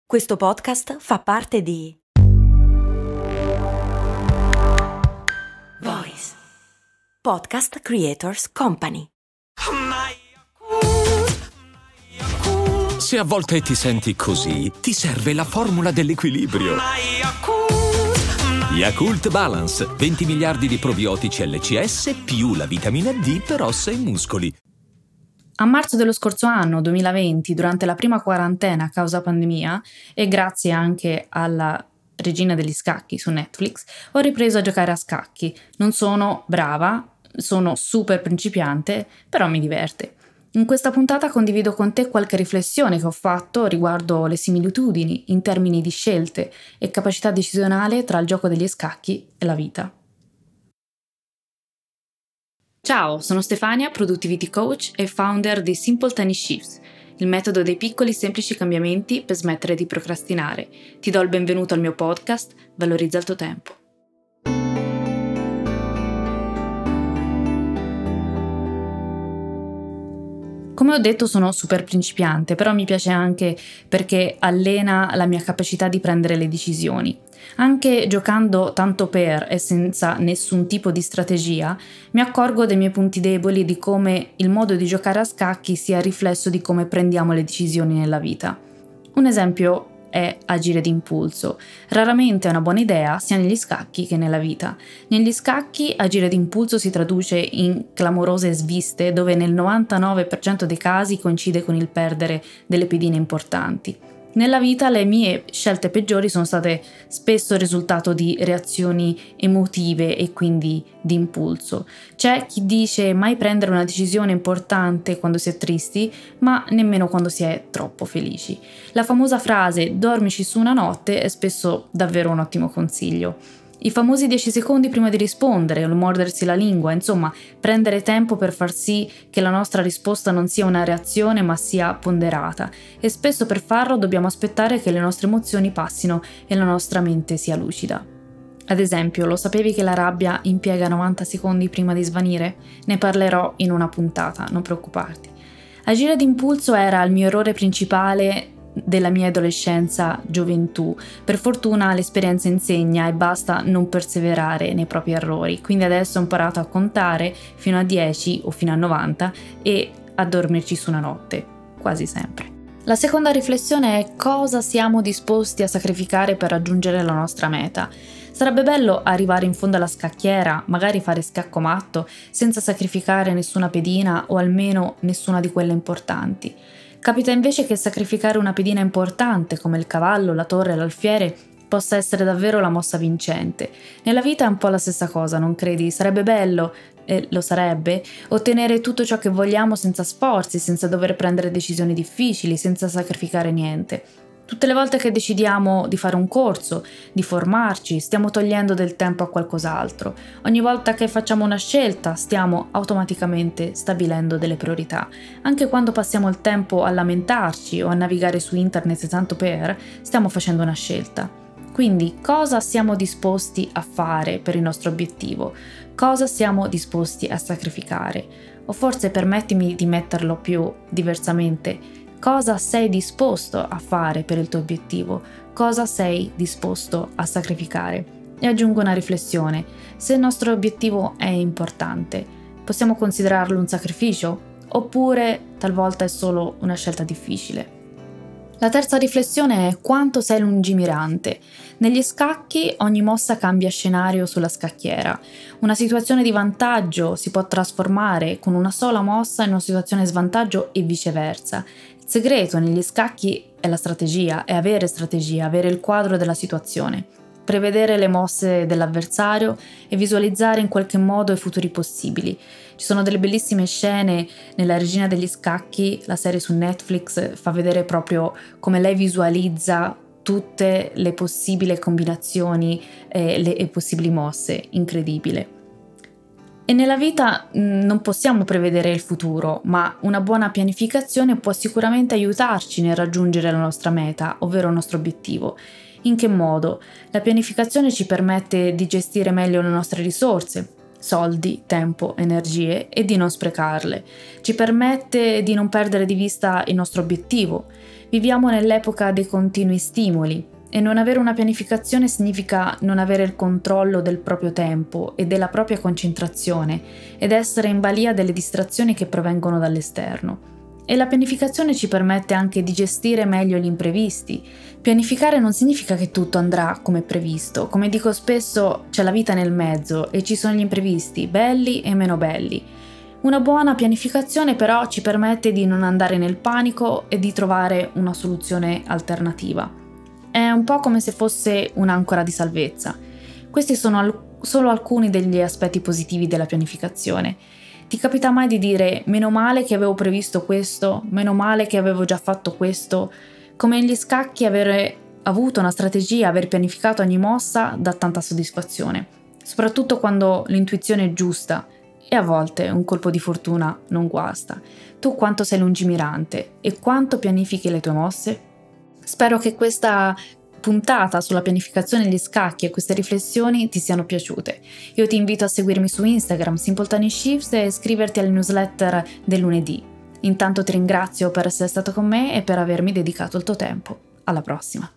Questo podcast fa parte di Voice Podcast Creators Company. Se a volte ti senti così, ti serve la formula dell'equilibrio. Yakult Balance, 20 miliardi di probiotici LCS più la vitamina D per ossa e muscoli. A marzo dello scorso anno, 2020, durante la prima quarantena a causa pandemia, e grazie anche alla regina degli scacchi su Netflix, ho ripreso a giocare a scacchi. Non sono brava, sono super principiante, però mi diverte. In questa puntata condivido con te qualche riflessione che ho fatto riguardo le similitudini in termini di scelte e capacità decisionale tra il gioco degli scacchi e la vita. Ciao, sono Stefania, Productivity Coach e founder di Simple Tiny Shifts, il metodo dei piccoli semplici cambiamenti per smettere di procrastinare. Ti do il benvenuto al mio podcast, Valorizza il tuo tempo. Come ho detto, sono super principiante, però mi piace anche perché allena la mia capacità di prendere le decisioni. Anche giocando tanto per e senza nessun tipo di strategia, mi accorgo dei miei punti deboli e di come il modo di giocare a scacchi sia riflesso di come prendiamo le decisioni nella vita. Un esempio è agire d'impulso. Raramente è una buona idea sia negli scacchi che nella vita. Negli scacchi agire d'impulso si traduce in clamorose sviste dove nel 99% dei casi coincide con il perdere delle pedine importanti. Nella vita le mie scelte peggiori sono state spesso il risultato di reazioni emotive e quindi di impulso. C'è chi dice mai prendere una decisione importante quando si è tristi, ma nemmeno quando si è troppo felici. La famosa frase "dormici su una notte" è spesso davvero un ottimo consiglio. I famosi 10 secondi prima di rispondere, o mordersi la lingua, insomma, prendere tempo per far sì che la nostra risposta non sia una reazione ma sia ponderata, e spesso per farlo dobbiamo aspettare che le nostre emozioni passino e la nostra mente sia lucida. Ad esempio, lo sapevi che la rabbia impiega 90 secondi prima di svanire? Ne parlerò in una puntata, non preoccuparti. Agire d'impulso era il mio errore principale della mia adolescenza, gioventù. Per fortuna l'esperienza insegna e basta non perseverare nei propri errori, quindi adesso ho imparato a contare fino a 10 o fino a 90 e a dormirci su una notte, quasi sempre. La seconda riflessione è: cosa siamo disposti a sacrificare per raggiungere la nostra meta? Sarebbe bello arrivare in fondo alla scacchiera, magari fare scacco matto, senza sacrificare nessuna pedina o almeno nessuna di quelle importanti. Capita invece che sacrificare una pedina importante come il cavallo, la torre, l'alfiere possa essere davvero la mossa vincente. Nella vita è un po' la stessa cosa, non credi? Sarebbe bello, e lo sarebbe, ottenere tutto ciò che vogliamo senza sforzi, senza dover prendere decisioni difficili, senza sacrificare niente. Tutte le volte che decidiamo di fare un corso, di formarci, stiamo togliendo del tempo a qualcos'altro. Ogni volta che facciamo una scelta, stiamo automaticamente stabilendo delle priorità. Anche quando passiamo il tempo a lamentarci o a navigare su internet tanto per, stiamo facendo una scelta. Quindi, cosa siamo disposti a fare per il nostro obiettivo? Cosa siamo disposti a sacrificare? O forse, permettimi di metterlo più diversamente, cosa sei disposto a fare per il tuo obiettivo? Cosa sei disposto a sacrificare? E aggiungo una riflessione: se il nostro obiettivo è importante, possiamo considerarlo un sacrificio? Oppure talvolta è solo una scelta difficile? La terza riflessione è: quanto sei lungimirante? Negli scacchi ogni mossa cambia scenario sulla scacchiera. Una situazione di vantaggio si può trasformare con una sola mossa in una situazione di svantaggio e viceversa. Il segreto negli scacchi è la strategia, è avere il quadro della situazione, prevedere le mosse dell'avversario e visualizzare in qualche modo i futuri possibili. Ci sono delle bellissime scene nella Regina degli Scacchi, la serie su Netflix fa vedere proprio come lei visualizza tutte le possibili combinazioni e le possibili mosse, incredibile. E nella vita non possiamo prevedere il futuro, ma una buona pianificazione può sicuramente aiutarci nel raggiungere la nostra meta, ovvero il nostro obiettivo. In che modo? La pianificazione ci permette di gestire meglio le nostre risorse, soldi, tempo, energie, e di non sprecarle. Ci permette di non perdere di vista il nostro obiettivo. Viviamo nell'epoca dei continui stimoli e non avere una pianificazione significa non avere il controllo del proprio tempo e della propria concentrazione ed essere in balia delle distrazioni che provengono dall'esterno. E la pianificazione ci permette anche di gestire meglio gli imprevisti. Pianificare non significa che tutto andrà come previsto. Come dico spesso, c'è la vita nel mezzo e ci sono gli imprevisti, belli e meno belli. Una buona pianificazione però ci permette di non andare nel panico e di trovare una soluzione alternativa. È un po' come se fosse un'ancora di salvezza. Questi sono solo alcuni degli aspetti positivi della pianificazione. Ti capita mai di dire meno male che avevo previsto questo, meno male che avevo già fatto questo? Come negli scacchi, avere avuto una strategia, aver pianificato ogni mossa dà tanta soddisfazione, soprattutto quando l'intuizione è giusta e a volte un colpo di fortuna non guasta. Tu quanto sei lungimirante e quanto pianifichi le tue mosse? Spero che questa puntata sulla pianificazione degli scacchi e queste riflessioni ti siano piaciute. Io ti invito a seguirmi su Instagram, SimpleTinyShifts, e iscriverti alle newsletter del lunedì. Intanto ti ringrazio per essere stato con me e per avermi dedicato il tuo tempo. Alla prossima!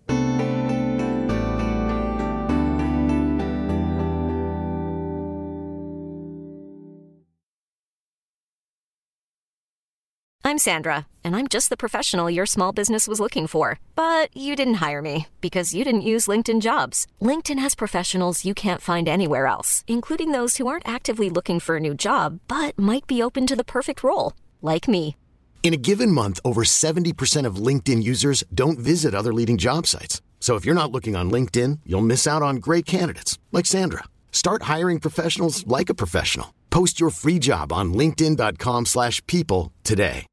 I'm Sandra, and I'm just the professional your small business was looking for. But you didn't hire me because you didn't use LinkedIn Jobs. LinkedIn has professionals you can't find anywhere else, including those who aren't actively looking for a new job, but might be open to the perfect role, like me. In a given month, over 70% of LinkedIn users don't visit other leading job sites. So if you're not looking on LinkedIn, you'll miss out on great candidates like Sandra. Start hiring professionals like a professional. Post your free job on linkedin.com/people today.